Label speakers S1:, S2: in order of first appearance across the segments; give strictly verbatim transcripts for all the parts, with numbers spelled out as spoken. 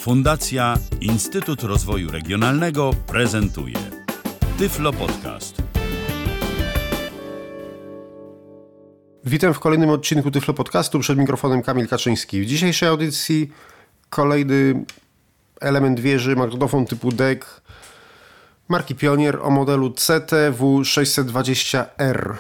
S1: Fundacja Instytut Rozwoju Regionalnego prezentuje Tyflo Podcast.
S2: Witam w kolejnym odcinku Tyflo Podcastu. Przed mikrofonem Kamil Kaczyński. W dzisiejszej audycji kolejny element wieży, magnetofon typu D E C marki Pionier o modelu C T W sześćset dwadzieścia R.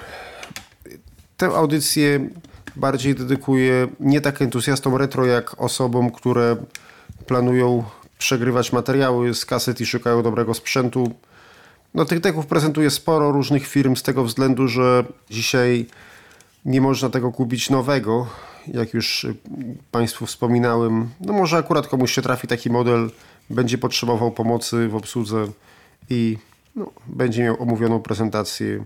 S2: Tę audycję bardziej dedykuję nie tak entuzjastom retro, jak osobom, które planują przegrywać materiały z kaset i szukają dobrego sprzętu. No, tych deków prezentuję sporo różnych firm z tego względu, że dzisiaj nie można tego kupić nowego, jak już Państwu wspominałem. No może akurat komuś się trafi taki model, będzie potrzebował pomocy w obsłudze i no, będzie miał omówioną prezentację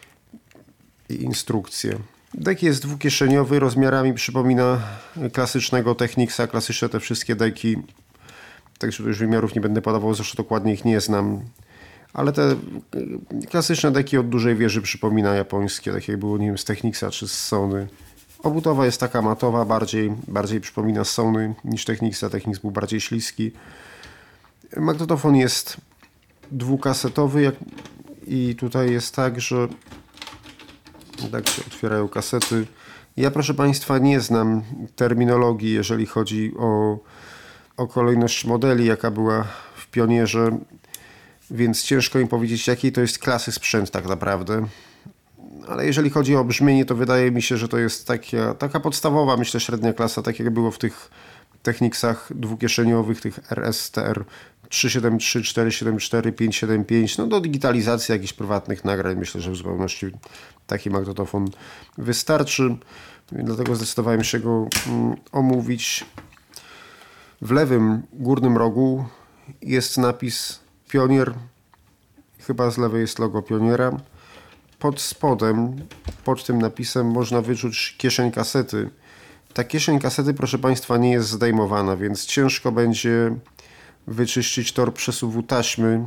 S2: i instrukcję. Dek jest dwukieszeniowy, rozmiarami przypomina klasycznego Technicsa, klasyczne te wszystkie deki. Także już wymiarów nie będę podawał, zresztą dokładnie ich nie znam. Ale te klasyczne deki od dużej wieży przypomina japońskie, tak jak było, nie wiem, z Technicsa czy z Sony. Obudowa jest taka matowa, bardziej, bardziej przypomina Sony niż Technicsa. Technics był bardziej śliski. Magnetofon jest dwukasetowy jak... i tutaj jest tak, że tak się otwierają kasety. Ja, proszę Państwa, nie znam terminologii, jeżeli chodzi o, o kolejność modeli, jaka była w Pionierze, więc ciężko mi powiedzieć, jakiej to jest klasy sprzęt tak naprawdę. Ale jeżeli chodzi o brzmienie, to wydaje mi się, że to jest taka, taka podstawowa, myślę, średnia klasa, tak jak było w tych Technicsach dwukieszeniowych, tych R S T R trzy siedem trzy, cztery siedem cztery, pięć siedem pięć, no do digitalizacji jakichś prywatnych nagrań myślę, że w zupełności taki magnetofon wystarczy. Dlatego zdecydowałem się go mm, omówić. W lewym górnym rogu jest napis Pionier. Chyba z lewej jest logo Pioniera. Pod spodem, pod tym napisem można wyczuć kieszeń kasety. Ta kieszeń kasety, proszę Państwa, nie jest zdejmowana, więc ciężko będzie wyczyścić tor przesuwu taśmy,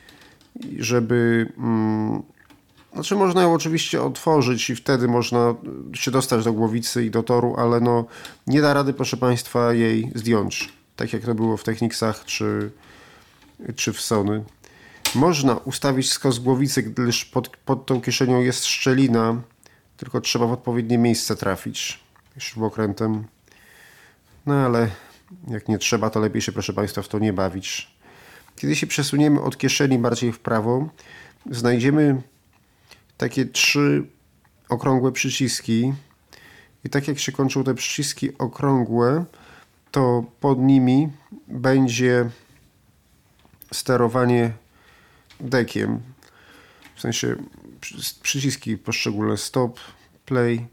S2: żeby... Mm, znaczy można ją oczywiście otworzyć i wtedy można się dostać do głowicy i do toru, ale no nie da rady, proszę Państwa, jej zdjąć, tak jak to było w Technicsach czy, czy w Sony. Można ustawić skos głowicy, gdyż pod, pod tą kieszenią jest szczelina, tylko trzeba w odpowiednie miejsce trafić śrubokrętem. No ale jak nie trzeba, to lepiej się, proszę Państwa, w to nie bawić. Kiedy się przesuniemy od kieszeni bardziej w prawo, znajdziemy takie trzy okrągłe przyciski i tak jak się kończą te przyciski okrągłe, to pod nimi będzie sterowanie dekiem. W sensie przyciski poszczególne stop, play.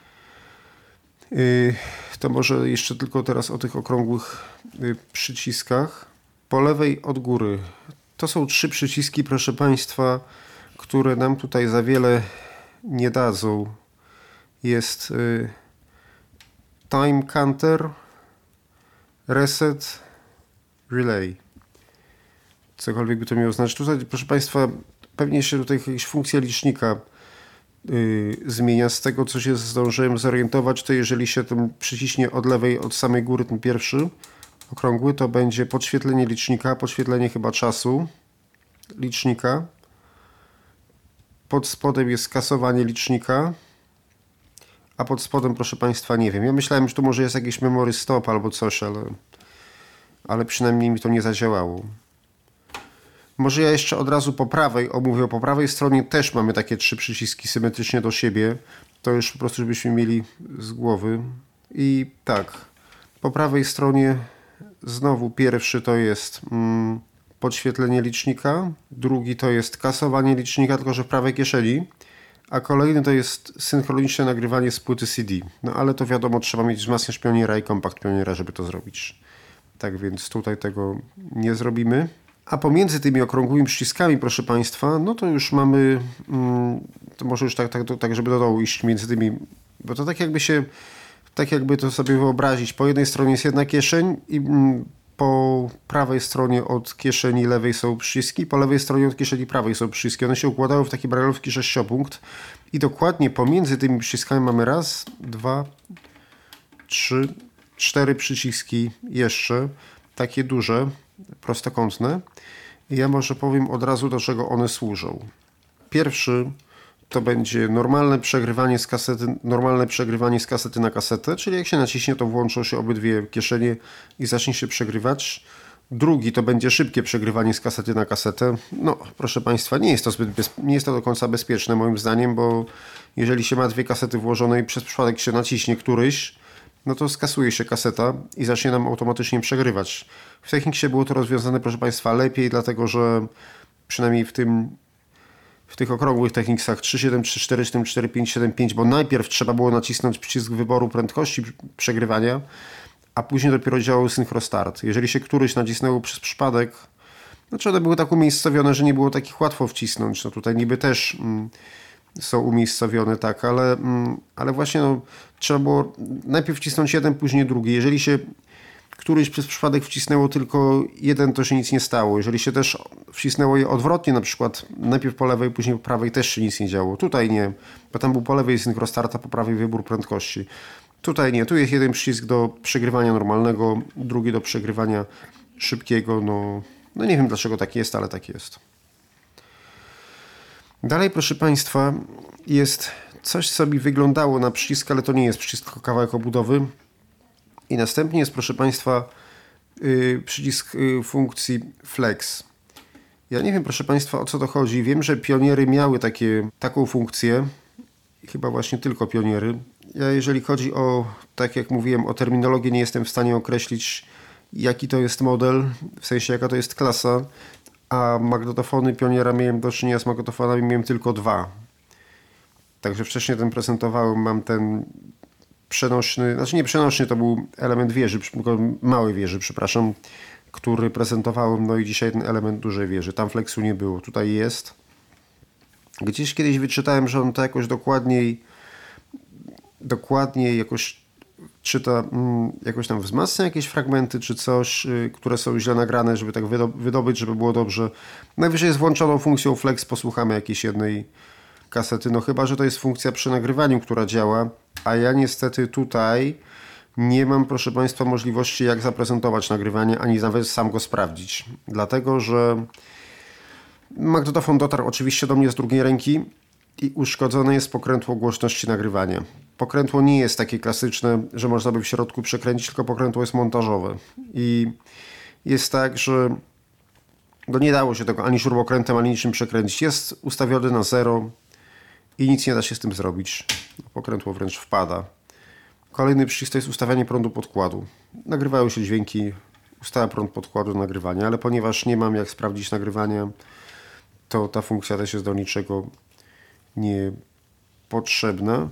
S2: To może jeszcze tylko teraz o tych okrągłych przyciskach. Po lewej od góry to są trzy przyciski, proszę Państwa, które nam tutaj za wiele nie dadzą. Jest y, time counter, reset, relay. Cokolwiek by to miało znaczyć. Tutaj, proszę Państwa, pewnie się tutaj jakaś funkcja licznika y, zmienia. Z tego, co się zdążyłem zorientować, to jeżeli się ten przyciśnie od lewej, od samej góry, ten pierwszy okrągły, to będzie podświetlenie licznika, podświetlenie chyba czasu licznika. Pod spodem jest kasowanie licznika, a pod spodem, proszę Państwa, nie wiem. Ja myślałem, że tu może jest jakiś memory stop albo coś, ale, ale przynajmniej mi to nie zadziałało. Może ja jeszcze od razu po prawej omówię. Po prawej stronie też mamy takie trzy przyciski symetrycznie do siebie. To już po prostu, żebyśmy mieli z głowy. I tak, po prawej stronie znowu pierwszy to jest... Mm, podświetlenie licznika, drugi to jest kasowanie licznika, tylko że w prawej kieszeni, a kolejny to jest synchroniczne nagrywanie z płyty C D. No ale to wiadomo, trzeba mieć wzmacniacz Pioniera i kompakt Pioniera, żeby to zrobić. Tak więc tutaj tego nie zrobimy. A pomiędzy tymi okrągłymi przyciskami, proszę Państwa, no to już mamy, mm, to może już tak, tak, tak, żeby do dołu iść między tymi, bo to tak jakby się, tak jakby to sobie wyobrazić. Po jednej stronie jest jedna kieszeń i mm, po prawej stronie od kieszeni lewej są przyciski, po lewej stronie od kieszeni prawej są przyciski. One się układają w taki brajlowski sześciopunkt i dokładnie pomiędzy tymi przyciskami mamy raz, dwa, trzy, cztery przyciski jeszcze. takie duże, prostokątne. I ja może powiem od razu, do czego one służą. Pierwszy to będzie normalne przegrywanie z kasety, normalne przegrywanie z kasety na kasetę, czyli jak się naciśnie, to włączą się obydwie kieszenie i zacznie się przegrywać. Drugi to będzie szybkie przegrywanie z kasety na kasetę. No, proszę Państwa, nie jest to zbyt bez, nie jest to do końca bezpieczne moim zdaniem, bo jeżeli się ma dwie kasety włożone i przez przypadek się naciśnie któryś, no to skasuje się kaseta i zacznie nam automatycznie przegrywać. W Techniksie było to rozwiązane, proszę Państwa, lepiej, dlatego że przynajmniej w tym w tych okrągłych Technicsach trzy siedem trzy cztery siedem cztery pięć siedem pięć, bo najpierw trzeba było nacisnąć przycisk wyboru prędkości przegrywania, a później dopiero działał Synchro Start. Jeżeli się któryś nacisnęło przez przypadek, znaczy one były tak umiejscowione, że nie było takich łatwo wcisnąć. No tutaj niby też mm, są umiejscowione tak, ale, mm, ale właśnie no, trzeba było najpierw wcisnąć jeden, później drugi. Jeżeli się któryś przez przypadek wcisnęło tylko jeden, to się nic nie stało. Jeżeli się też wcisnęło je odwrotnie, na przykład najpierw po lewej, później po prawej, też się nic nie działo. Tutaj nie, bo tam był po lewej Synchro Start, a po prawej wybór prędkości. Tutaj nie, tu jest jeden przycisk do przegrywania normalnego, drugi do przegrywania szybkiego. No, no nie wiem dlaczego tak jest, ale tak jest. Dalej, proszę Państwa, jest coś, co mi wyglądało na przycisk, ale to nie jest przycisk, tylko kawałek obudowy. I następnie jest, proszę Państwa, yy, przycisk yy, funkcji Flex. Ja nie wiem, proszę Państwa, o co to chodzi. Wiem, że Pioniery miały takie, taką funkcję. Chyba właśnie tylko Pioniery. Ja, jeżeli chodzi o, tak jak mówiłem, o terminologię, nie jestem w stanie określić, jaki to jest model, w sensie jaka to jest klasa, a magnetofony Pioniera miałem do czynienia z magnetofonami, miałem tylko dwa. Także wcześniej ten prezentowałem, mam ten przenośny, znaczy nie przenośny, to był element wieży, małej wieży, przepraszam, który prezentowałem, no i dzisiaj ten element dużej wieży. Tam flexu nie było, tutaj jest. Gdzieś kiedyś wyczytałem, że on to jakoś dokładniej dokładniej jakoś czyta, jakoś tam wzmacnia jakieś fragmenty czy coś, które są źle nagrane, żeby tak wydobyć, żeby było dobrze. Najwyżej jest włączoną funkcją flex, posłuchamy jakiejś jednej kasety, no chyba że to jest funkcja przy nagrywaniu, która działa, a ja niestety tutaj nie mam, proszę Państwa, możliwości jak zaprezentować nagrywanie, ani nawet sam go sprawdzić. Dlatego, że magnetofon dotarł oczywiście do mnie z drugiej ręki i uszkodzone jest pokrętło głośności nagrywania. Pokrętło nie jest takie klasyczne, że można by w środku przekręcić, tylko pokrętło jest montażowe. I jest tak, że no nie dało się tego ani śrubokrętem, ani niczym przekręcić. Jest ustawiony na zero i nic nie da się z tym zrobić. Pokrętło wręcz wpada. Kolejny przycisk to jest ustawianie prądu podkładu. Nagrywają się dźwięki, ustawia prąd podkładu do nagrywania, ale ponieważ nie mam jak sprawdzić nagrywania, to ta funkcja też jest do niczego niepotrzebna.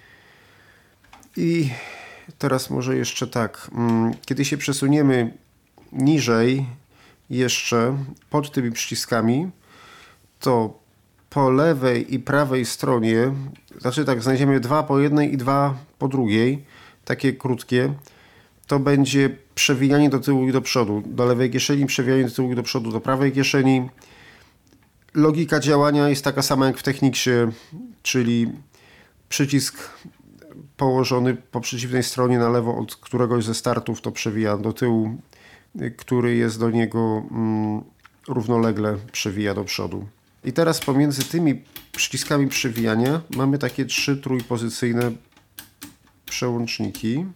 S2: I teraz może jeszcze tak, kiedy się przesuniemy niżej jeszcze pod tymi przyciskami, to po lewej i prawej stronie, znaczy tak, znajdziemy dwa po jednej i dwa po drugiej, takie krótkie, to będzie przewijanie do tyłu i do przodu, do lewej kieszeni, przewijanie do tyłu i do przodu, do prawej kieszeni. Logika działania jest taka sama jak w Technicsie, czyli przycisk położony po przeciwnej stronie na lewo od któregoś ze startów to przewija do tyłu, który jest do niego mm, równolegle przewija do przodu. I teraz pomiędzy tymi przyciskami przewijania mamy takie trzy trójpozycyjne przełączniki.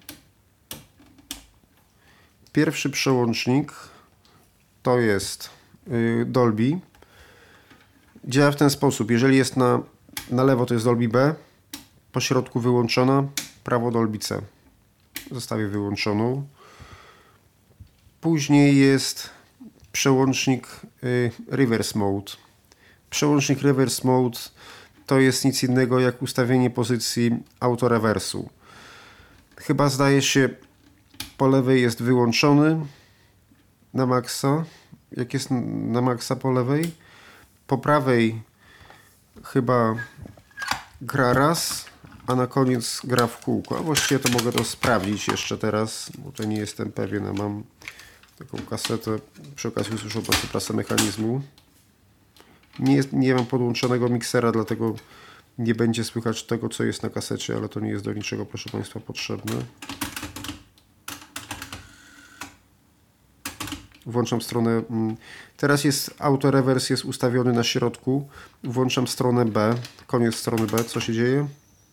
S2: Pierwszy przełącznik to jest yy, Dolby. Działa w ten sposób. Jeżeli jest na, na lewo, to jest Dolby B, po środku wyłączona, prawo Dolby C. Zostawię wyłączoną. Później jest przełącznik y, Reverse Mode. Przełącznik Reverse Mode to jest nic innego jak ustawienie pozycji autorewersu. Chyba zdaje się, po lewej jest wyłączony na maksa. Jak jest na maksa po lewej? Po prawej chyba gra raz, a na koniec gra w kółko. A właściwie to mogę to sprawdzić jeszcze teraz, bo to nie jestem pewien, a mam taką kasetę. Przy okazji usłyszę po prostu prasę mechanizmu. Nie, jest, nie mam podłączonego miksera, dlatego nie będzie słychać tego, co jest na kasecie, ale to nie jest do niczego, proszę Państwa, potrzebne. Włączam stronę... Teraz jest autorewers jest ustawiony na środku. Włączam stronę B. Koniec strony B. Co się dzieje?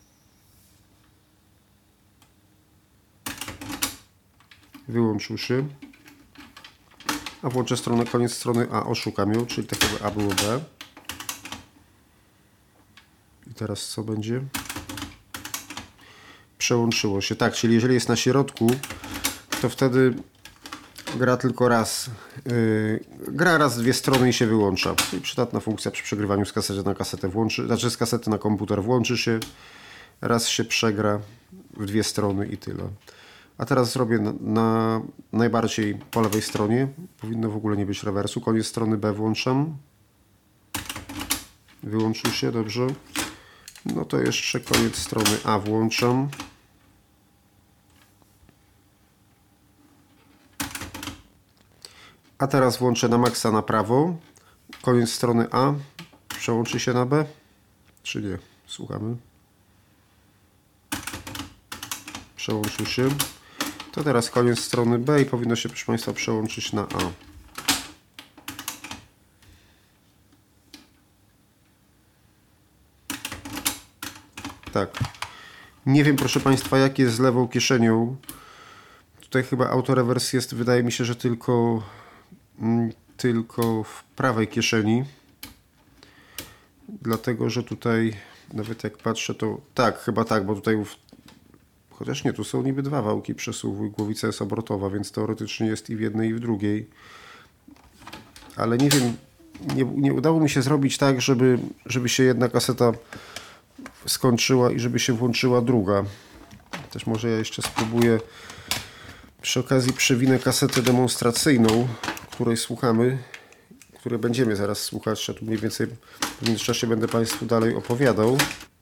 S2: Wyłączył się. A włączę stronę, koniec strony A. Oszukam ją, czyli tak jakby A było B. I teraz co będzie? Przełączyło się. Tak, czyli jeżeli jest na środku, to wtedy gra tylko raz. Yy, gra raz dwie strony i się wyłącza. Czyli przydatna funkcja przy przegrywaniu z kasety na kasetę włączy, znaczy z kasety na komputer włączy się, raz się przegra w dwie strony i tyle. A teraz zrobię na, na najbardziej po lewej stronie. Powinno w ogóle nie być rewersu. Koniec strony B włączam. Wyłączył się, dobrze. No to jeszcze koniec strony A włączam. A teraz włączę na maksa na prawo. Koniec strony A. Przełączy się na B? Czy nie? Słuchamy. Przełączył się. To teraz koniec strony B i powinno się, proszę Państwa, przełączyć na A. Tak. Nie wiem, proszę Państwa, jak jest z lewą kieszenią. Tutaj chyba autorewers jest, wydaje mi się, że tylko, mm, tylko w prawej kieszeni. Dlatego, że tutaj, nawet jak patrzę, to tak, chyba tak, bo tutaj w chociaż nie, tu są niby dwa wałki przesuwu i głowica jest obrotowa, więc teoretycznie jest i w jednej, i w drugiej. Ale nie wiem, nie, nie udało mi się zrobić tak, żeby, żeby się jedna kaseta skończyła i żeby się włączyła druga. Też może ja jeszcze spróbuję. Przy okazji przewinę kasetę demonstracyjną, której słuchamy, której będziemy zaraz słuchać. Ja tu mniej więcej w międzyczasie będę Państwu dalej opowiadał.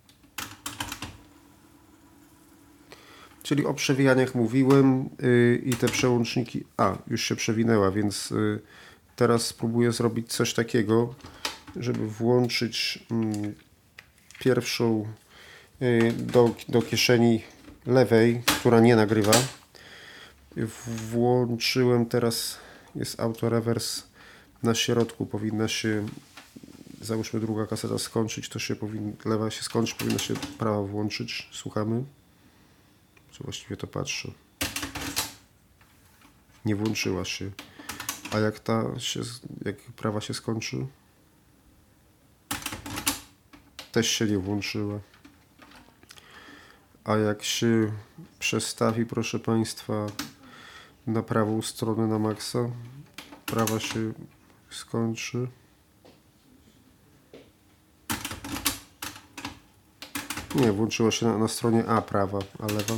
S2: Czyli o przewijaniach mówiłem yy, i te przełączniki... A, już się przewinęła, więc yy, teraz spróbuję zrobić coś takiego, żeby włączyć yy, pierwszą yy, do, do kieszeni lewej, która nie nagrywa. Włączyłem teraz, jest autorewers na środku, powinna się, załóżmy druga kaseta skończyć, to się powinna, lewa się skończy, powinna się prawa włączyć, słuchamy. Co właściwie to patrzę. Nie włączyła się. A jak ta się, jak prawa się skończy? Też się nie włączyła. A jak się przestawi, proszę Państwa, na prawą stronę na maksa, prawa się skończy. Nie, włączyła się na, na stronie A prawa, a lewa.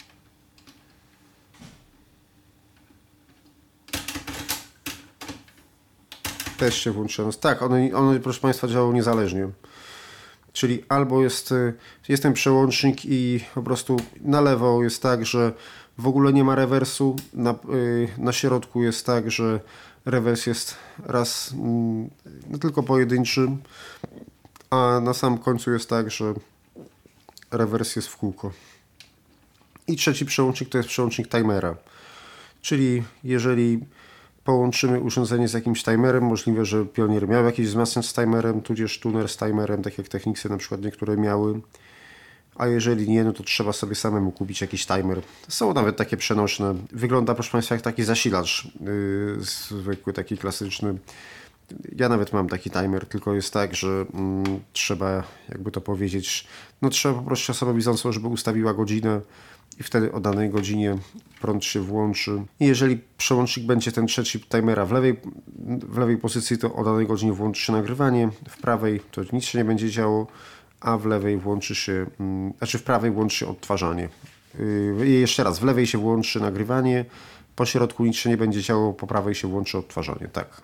S2: Też się włączyła. Tak, one, one proszę Państwa, działają niezależnie. Czyli albo jest, jest ten przełącznik i po prostu na lewo jest tak, że w ogóle nie ma rewersu, na, na środku jest tak, że rewers jest raz no tylko pojedynczy, a na samym końcu jest tak, że rewers jest w kółko. I trzeci przełącznik to jest przełącznik timera. Czyli jeżeli połączymy urządzenie z jakimś timerem, możliwe, że Pionier miał jakiś wzmacniacz z timerem, tudzież tuner z timerem, tak jak Technicsy na przykład niektóre miały. A jeżeli nie, no to trzeba sobie samemu kupić jakiś timer. Są nawet takie przenośne. Wygląda, proszę Państwa, jak taki zasilacz yy, zwykły, taki klasyczny. Ja nawet mam taki timer, tylko jest tak, że mm, trzeba, jakby to powiedzieć, no trzeba poprosić osobę widzącą, żeby ustawiła godzinę i wtedy o danej godzinie prąd się włączy. I jeżeli przełącznik będzie ten trzeci timera w lewej, w lewej pozycji, to o danej godzinie włączy się nagrywanie, w prawej to nic się nie będzie działo, a w lewej włączy się, mm, znaczy w prawej włączy się odtwarzanie. Yy, jeszcze raz, w lewej się włączy nagrywanie, po środku nic się nie będzie działo, po prawej się włączy odtwarzanie, tak.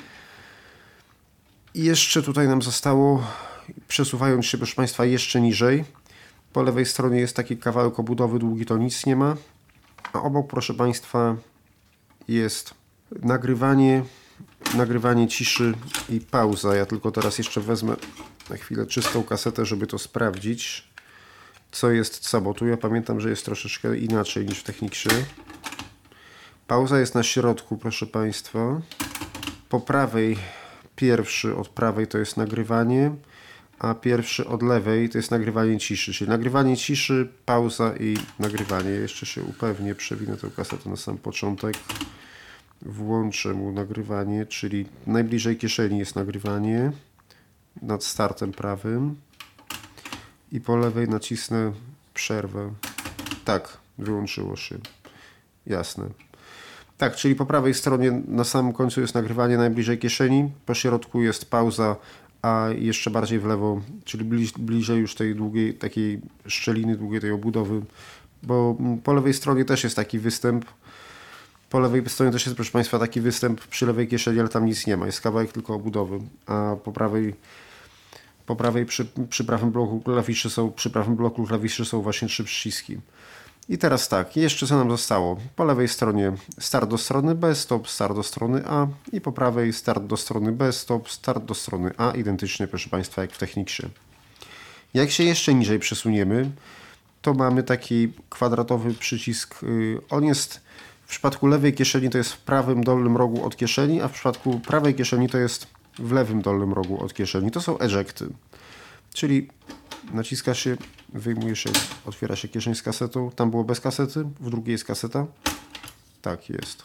S2: I jeszcze tutaj nam zostało, przesuwając się, proszę Państwa, jeszcze niżej. Po lewej stronie jest taki kawałek obudowy długi, to nic nie ma. A obok, proszę Państwa, jest nagrywanie, nagrywanie ciszy i pauza. Ja tylko teraz jeszcze wezmę na chwilę czystą kasetę, żeby to sprawdzić, co jest co, bo tu ja pamiętam, że jest troszeczkę inaczej niż w Technicsie. Pauza jest na środku, proszę Państwa. Po prawej, pierwszy od prawej to jest nagrywanie, a pierwszy od lewej to jest nagrywanie ciszy. Czyli nagrywanie ciszy, pauza i nagrywanie. Jeszcze się upewnię, przewinę tę kasetę na sam początek. Włączę mu nagrywanie, czyli najbliżej kieszeni jest nagrywanie nad startem prawym i po lewej nacisnę przerwę. Tak, wyłączyło się. Jasne. Tak, czyli po prawej stronie na samym końcu jest nagrywanie najbliżej kieszeni, po środku jest pauza, a jeszcze bardziej w lewo, czyli bliżej już tej długiej, takiej szczeliny, długiej tej obudowy, bo po lewej stronie też jest taki występ. Po lewej stronie też jest, proszę Państwa, taki występ przy lewej kieszeni, ale tam nic nie ma. Jest kawałek tylko obudowy, a po prawej, po prawej przy, przy prawym bloku klawiszy są, przy prawym bloku klawiszy są właśnie trzy przyciski. I teraz tak, jeszcze co nam zostało? Po lewej stronie start do strony B, stop, start do strony A i po prawej start do strony B, stop, start do strony A, identycznie, proszę Państwa, jak w Techniksie. Jak się jeszcze niżej przesuniemy, to mamy taki kwadratowy przycisk. On jest w przypadku lewej kieszeni to jest w prawym dolnym rogu od kieszeni, a w przypadku prawej kieszeni to jest w lewym dolnym rogu od kieszeni. To są ejecty, czyli naciska się, wyjmuje się, otwiera się kieszeń z kasetą. Tam było bez kasety, w drugiej jest kaseta. Tak jest.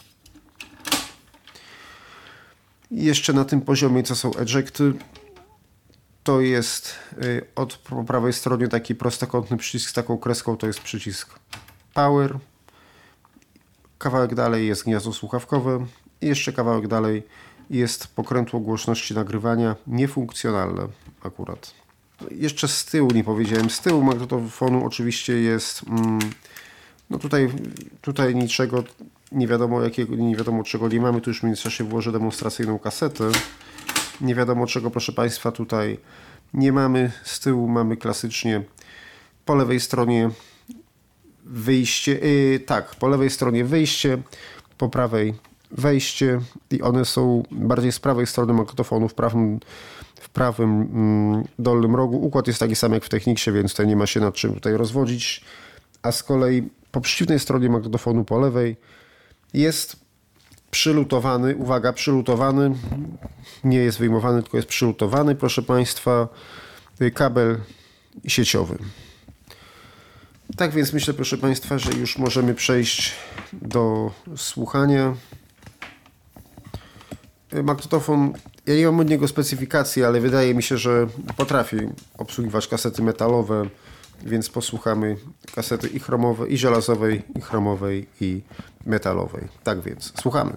S2: I jeszcze na tym poziomie, co są ejecty, to jest y, od po prawej stronie taki prostokątny przycisk z taką kreską, to jest przycisk Power. Kawałek dalej jest gniazdo słuchawkowe i jeszcze kawałek dalej jest pokrętło głośności nagrywania, niefunkcjonalne akurat. Jeszcze z tyłu nie powiedziałem, z tyłu magnetofonu oczywiście jest, mm, no tutaj, tutaj niczego, nie wiadomo jakiego, nie wiadomo czego nie mamy, tu już w międzyczasie włożę demonstracyjną kasetę. Nie wiadomo czego, proszę Państwa, tutaj nie mamy. Z tyłu mamy klasycznie po lewej stronie wyjście, yy, tak, po lewej stronie wyjście, po prawej wejście i one są bardziej z prawej strony magnetofonu, w prawym, w prawym mm, dolnym rogu. Układ jest taki sam jak w Techniksie, więc tutaj nie ma się nad czym tutaj rozwodzić. A z kolei po przeciwnej stronie magnetofonu, po lewej, jest przylutowany, uwaga, przylutowany, nie jest wyjmowany, tylko jest przylutowany, proszę Państwa, kabel sieciowy. Tak więc myślę, proszę Państwa, że już możemy przejść do słuchania. Magnetofon, ja nie mam od niego specyfikacji, ale wydaje mi się, że potrafi obsługiwać kasety metalowe, więc posłuchamy kasety i chromowej, i żelazowej, i chromowej, i metalowej. Tak więc, słuchamy.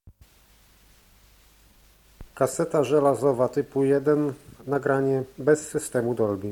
S2: Kaseta żelazowa typu jeden, nagranie bez systemu Dolby.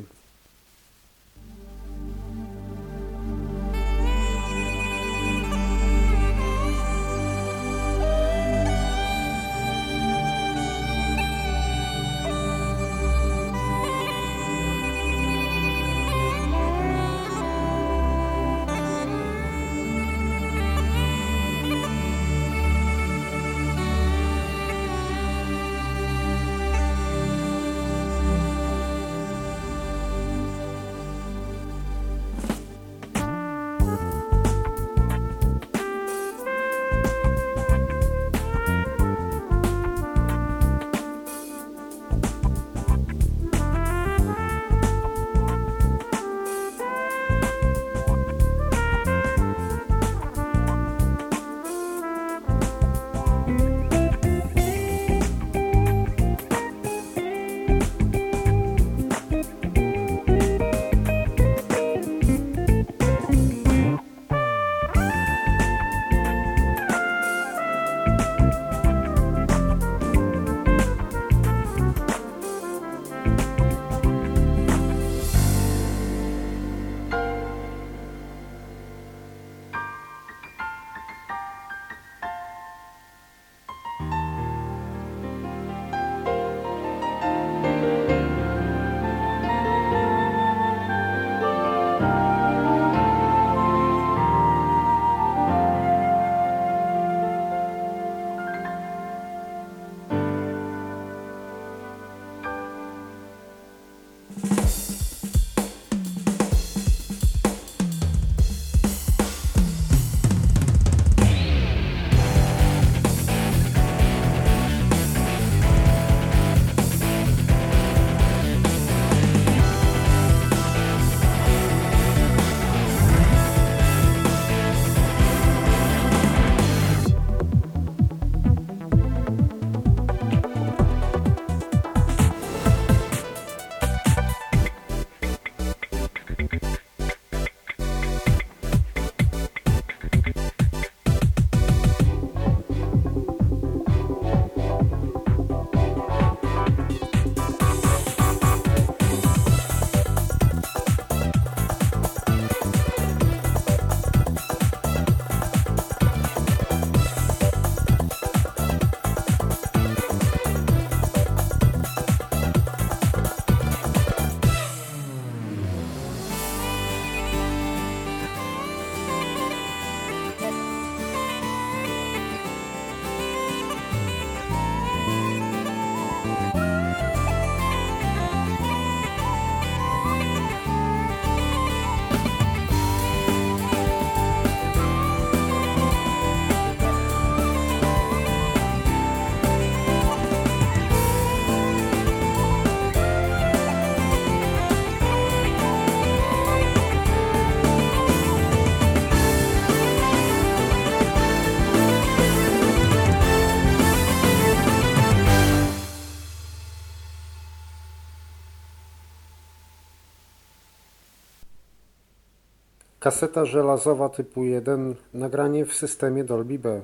S2: Kaseta żelazowa typu jeden, nagranie w systemie Dolby B.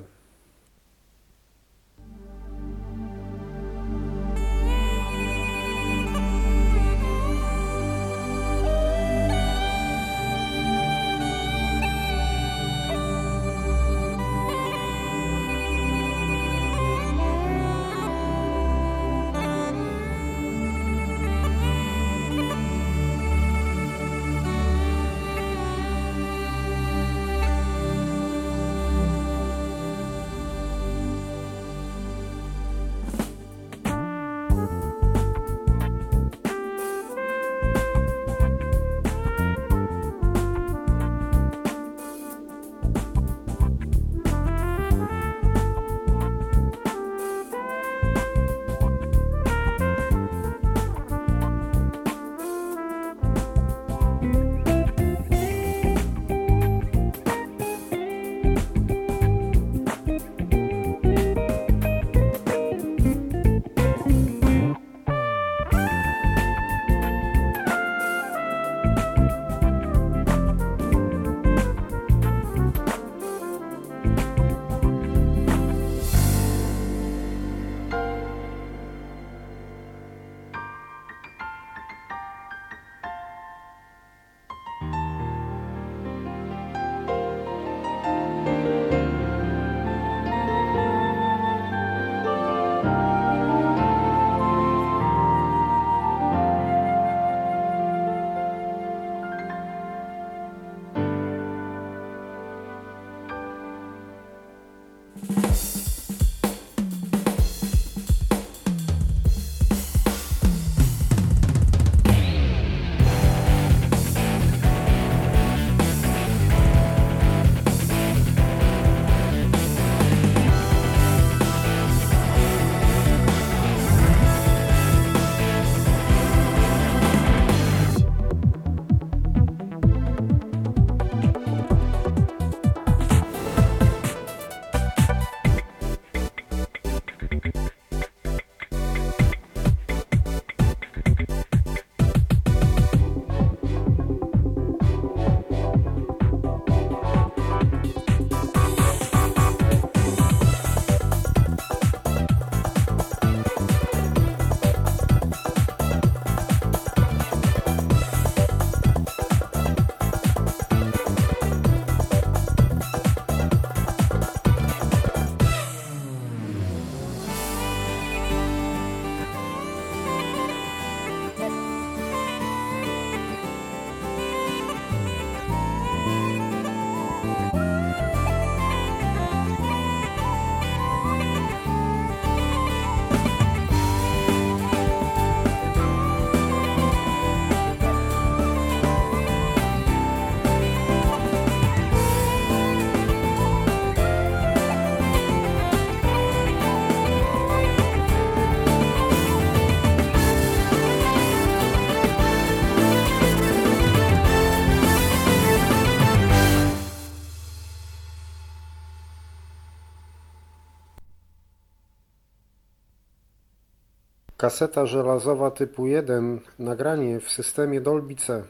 S2: Kaseta żelazowa typu jeden, nagranie w systemie Dolby C.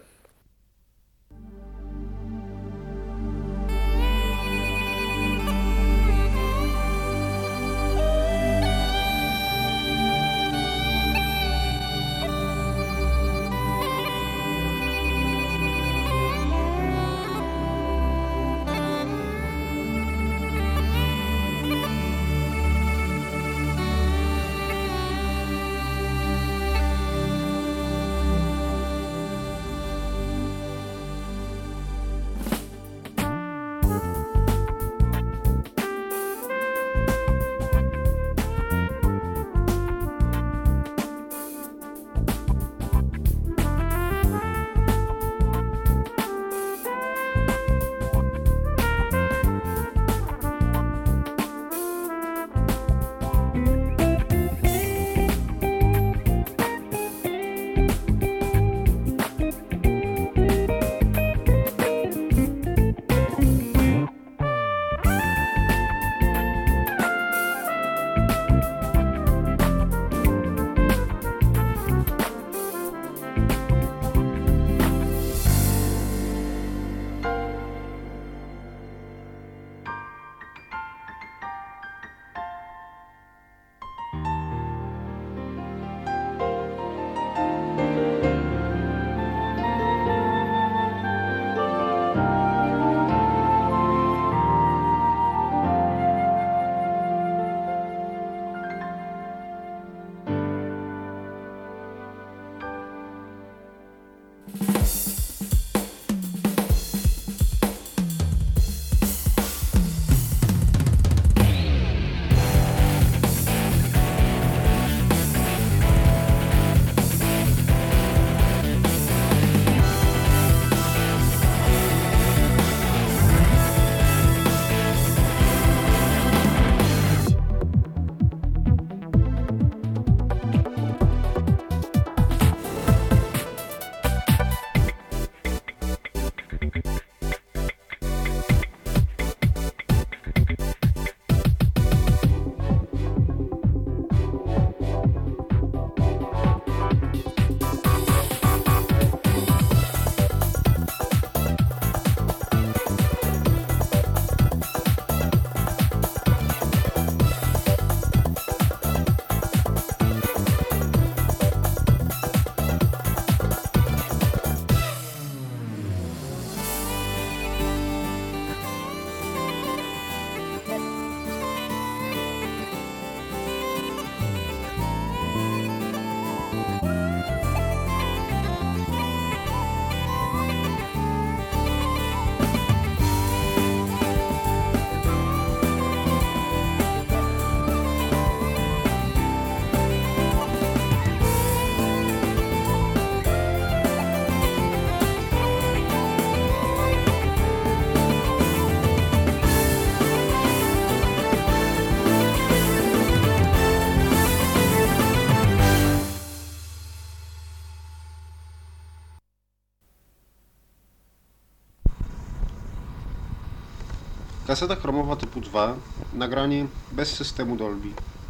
S2: Kaseta chromowa typu dwa, nagranie bez systemu Dolby.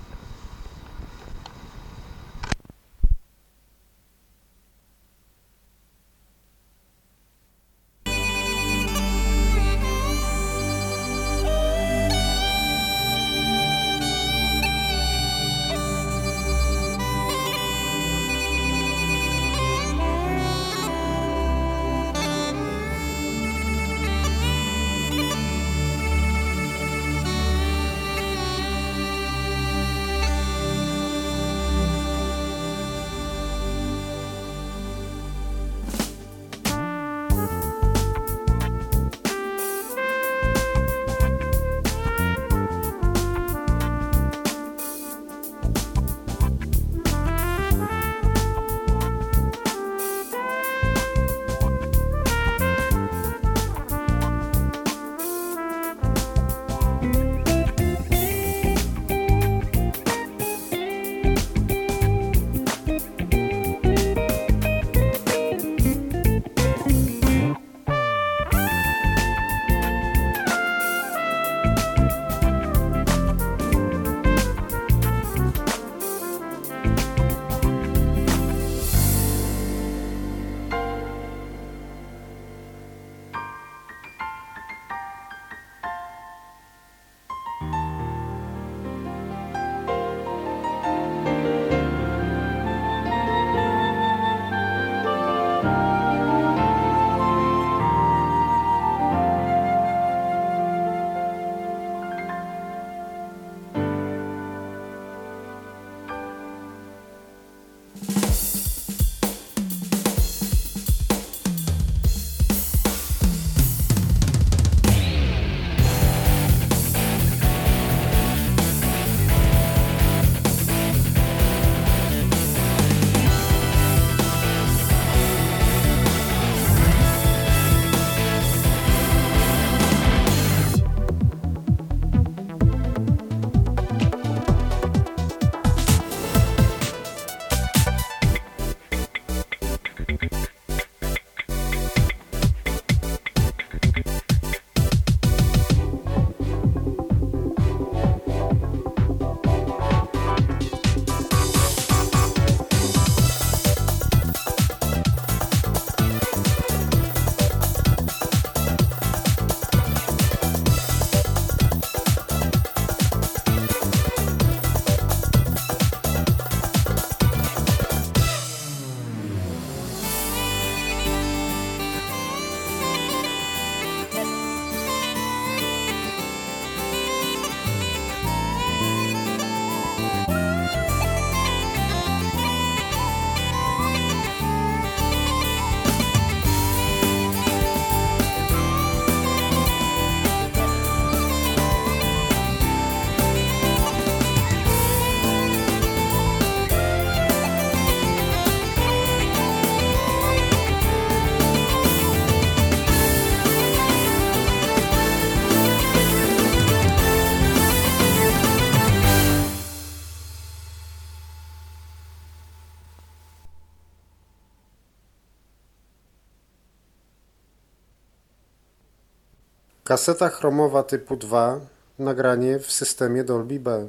S2: Kaseta chromowa typu dwa, nagranie w systemie Dolby B.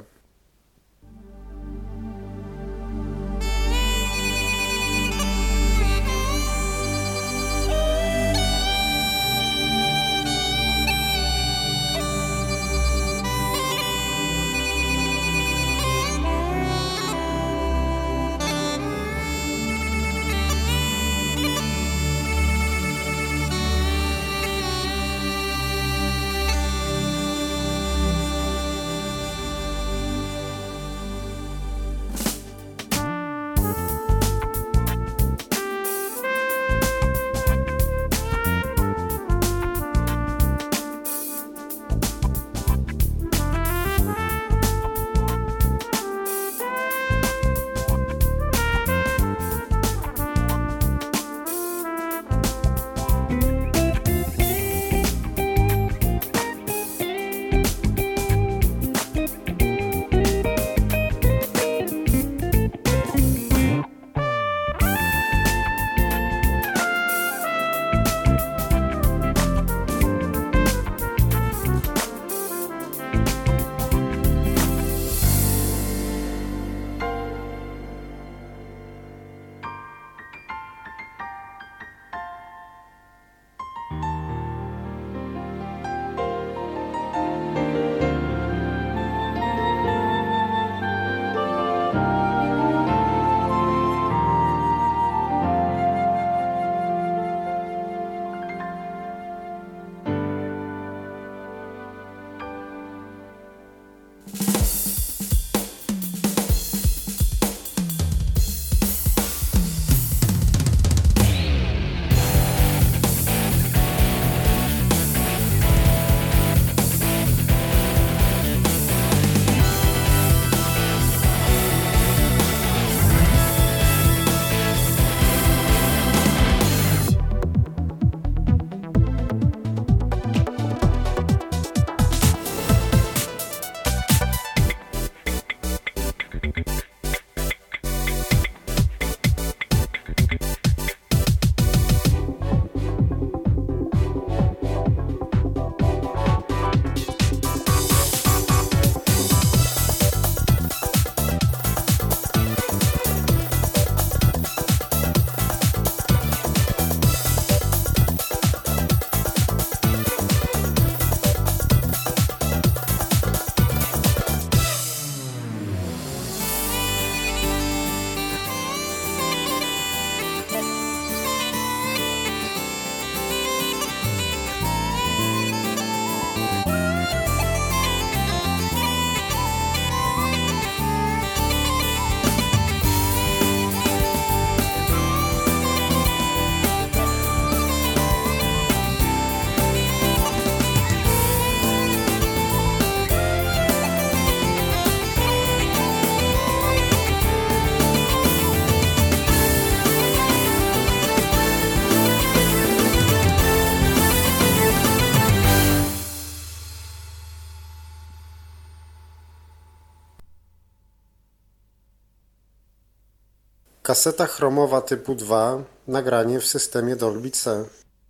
S2: Kaseta chromowa typu dwa, nagranie w systemie Dolby C.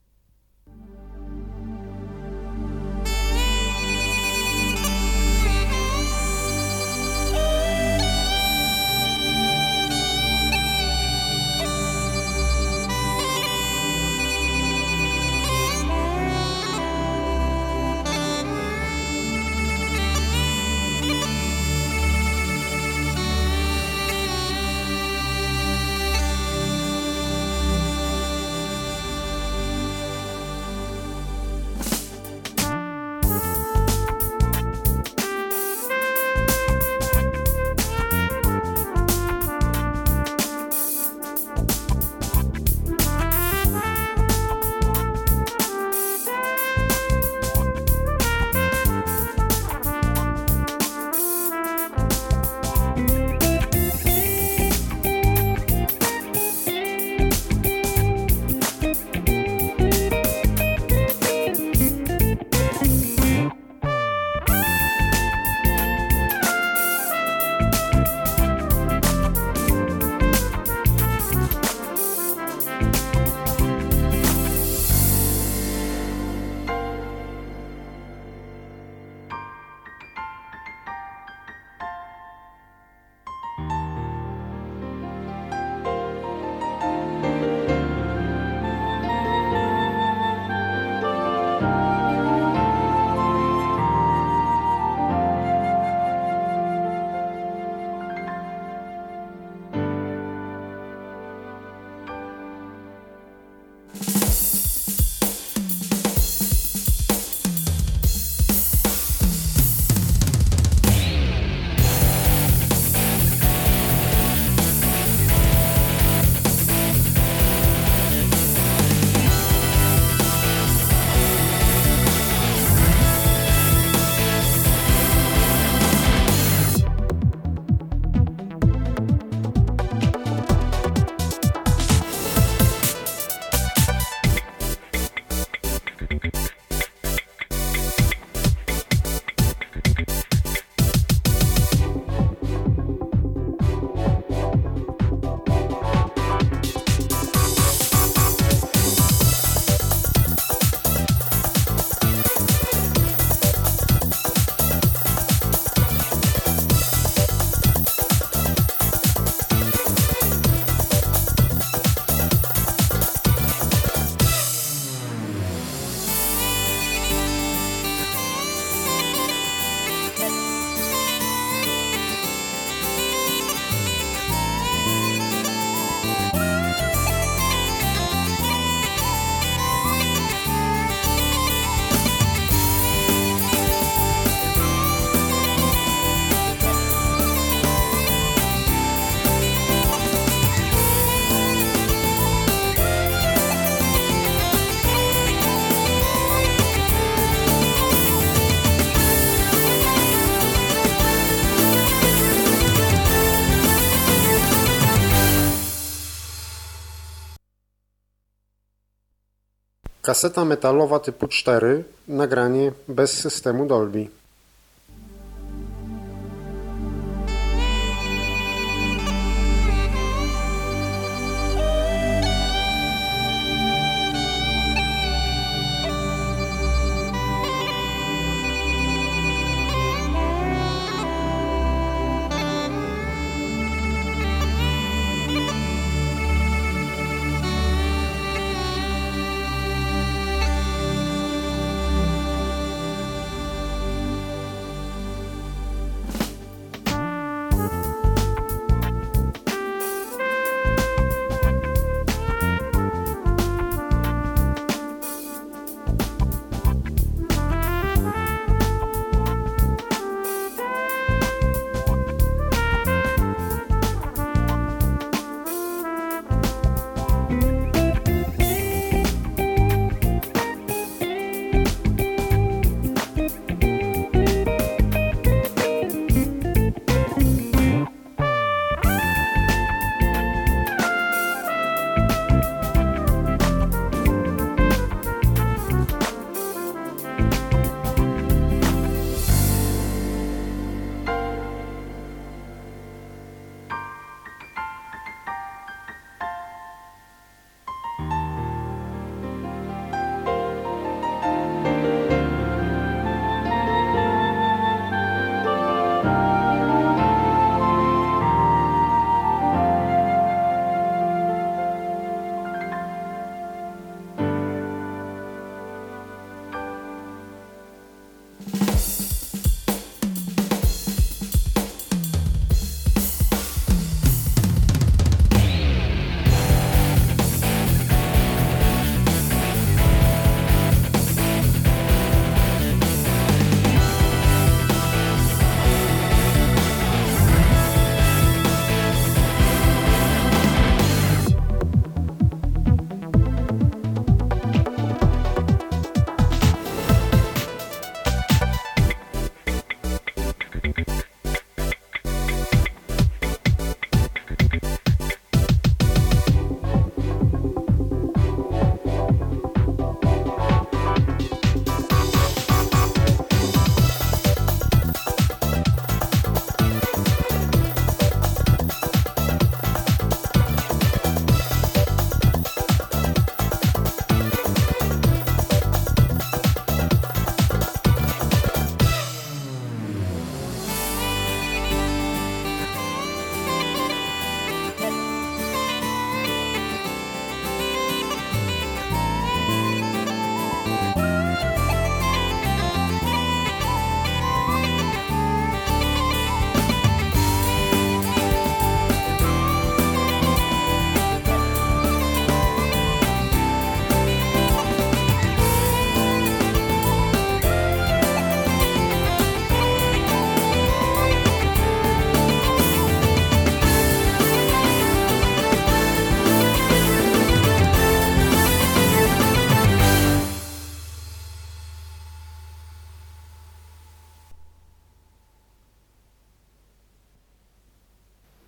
S2: Kaseta metalowa typu cztery, nagranie bez systemu Dolby.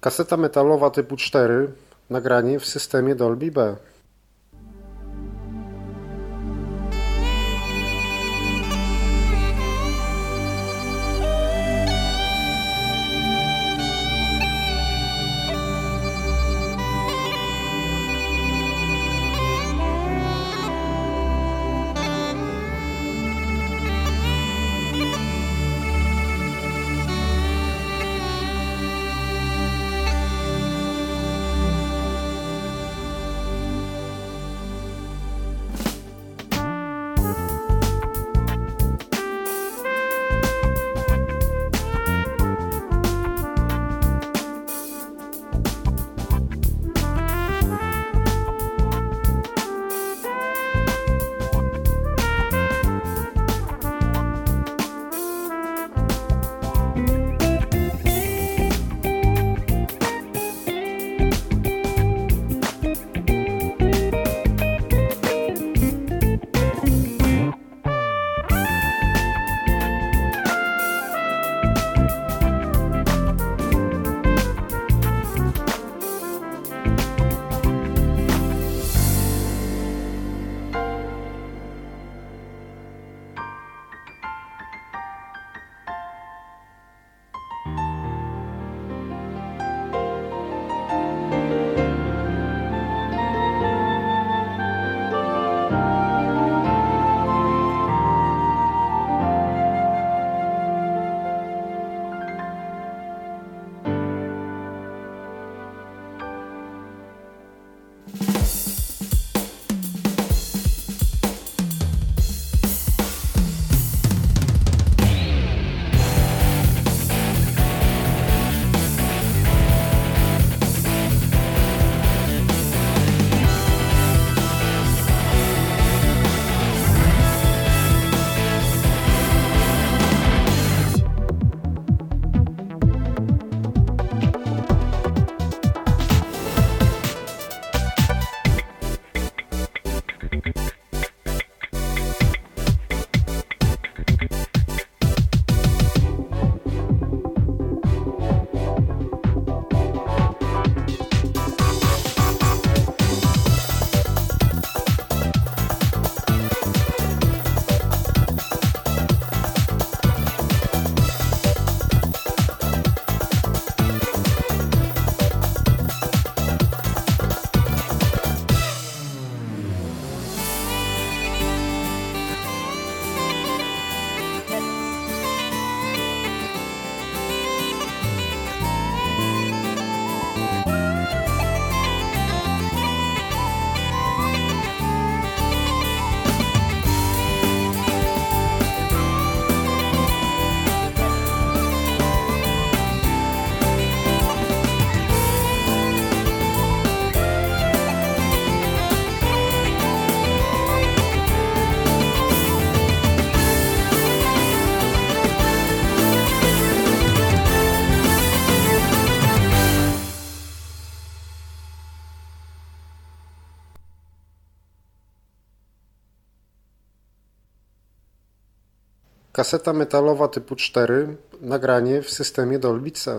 S2: Kaseta metalowa typu cztery, nagranie w systemie Dolby B. Kaseta metalowa typu cztery, nagranie w systemie Dolby C.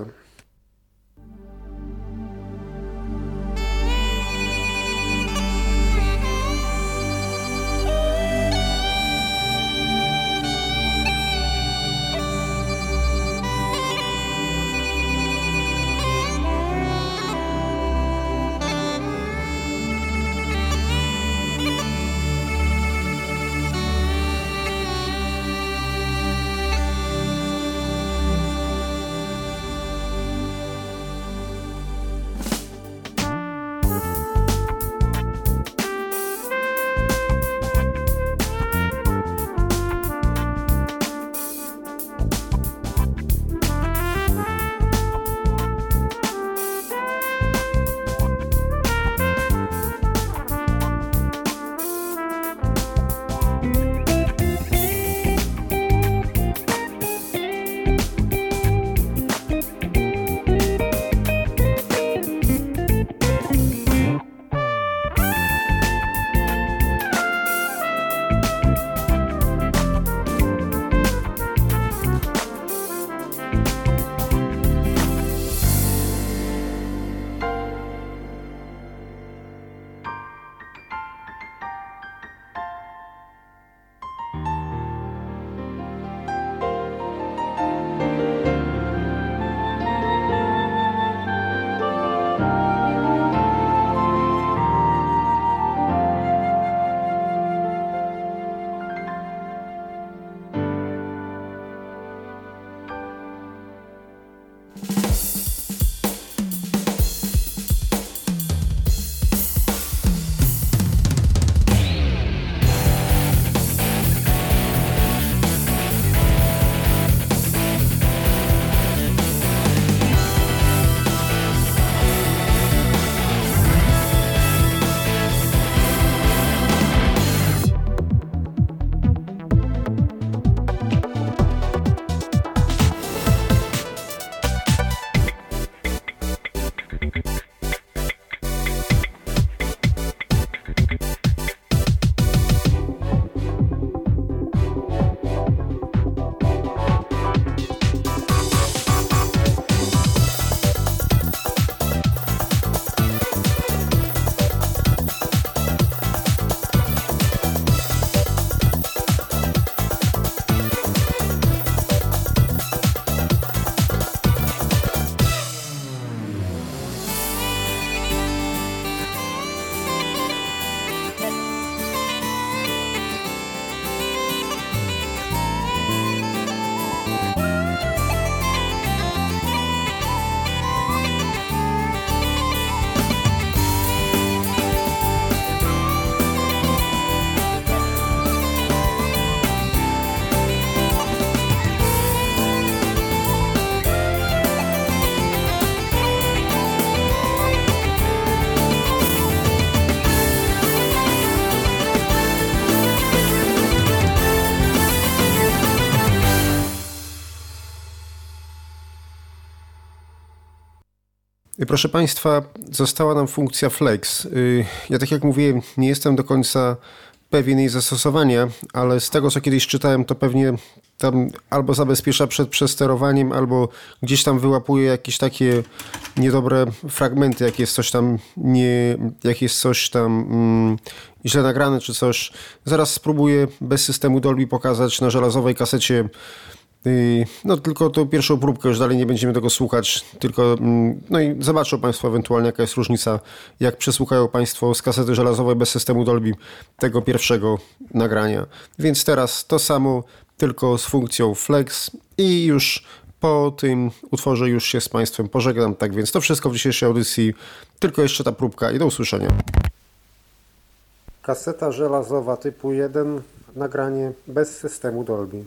S2: Proszę Państwa, została nam funkcja Flex. Ja tak jak mówiłem, nie jestem do końca pewien jej zastosowania, ale z tego co kiedyś czytałem, to pewnie tam albo zabezpiecza przed przesterowaniem, albo gdzieś tam wyłapuje jakieś takie niedobre fragmenty, jak jest coś tam nie, jak jest coś tam mm, źle nagrane czy coś. Zaraz spróbuję bez systemu Dolby pokazać na żelazowej kasecie. No tylko tą pierwszą próbkę, już dalej nie będziemy tego słuchać, tylko no i zobaczą Państwo ewentualnie jaka jest różnica, jak przesłuchają Państwo z kasety żelazowej bez systemu Dolby tego pierwszego nagrania. Więc teraz to samo, tylko z funkcją Flex i już po tym utworze już się z Państwem pożegnam. Tak więc to wszystko w dzisiejszej audycji, tylko jeszcze ta próbka i do usłyszenia. Kaseta żelazowa typu jeden, nagranie bez systemu Dolby.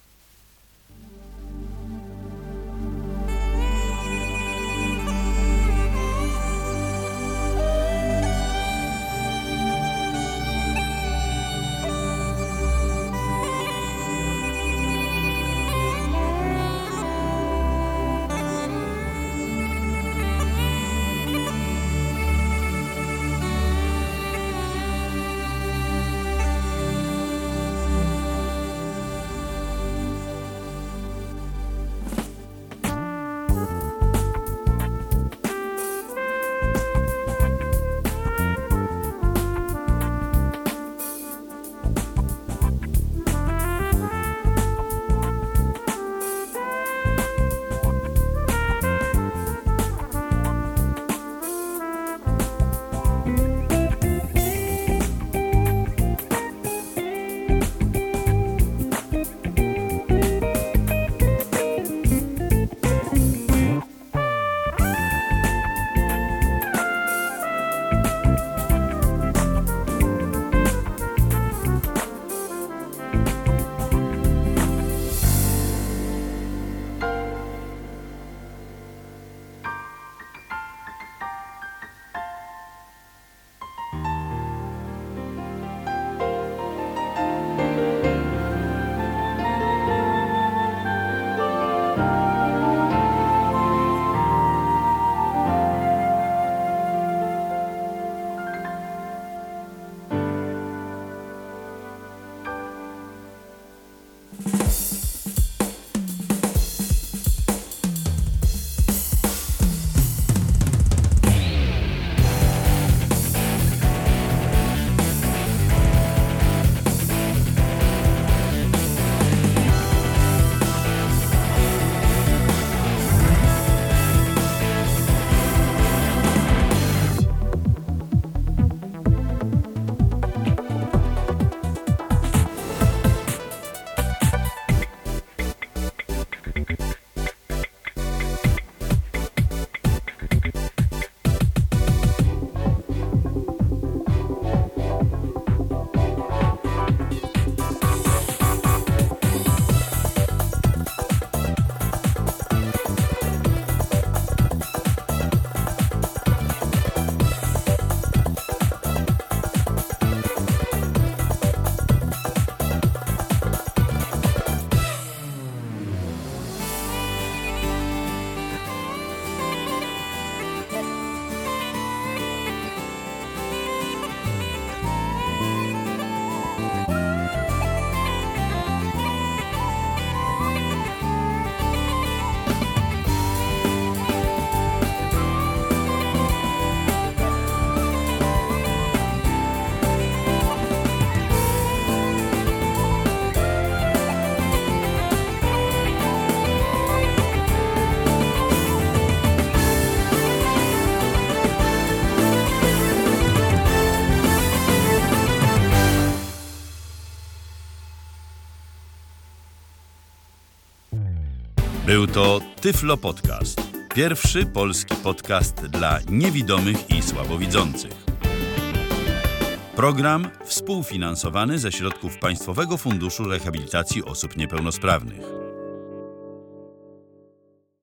S1: Był to Tyflo Podcast. Pierwszy polski podcast dla niewidomych i słabowidzących. Program współfinansowany ze środków Państwowego Funduszu Rehabilitacji Osób Niepełnosprawnych.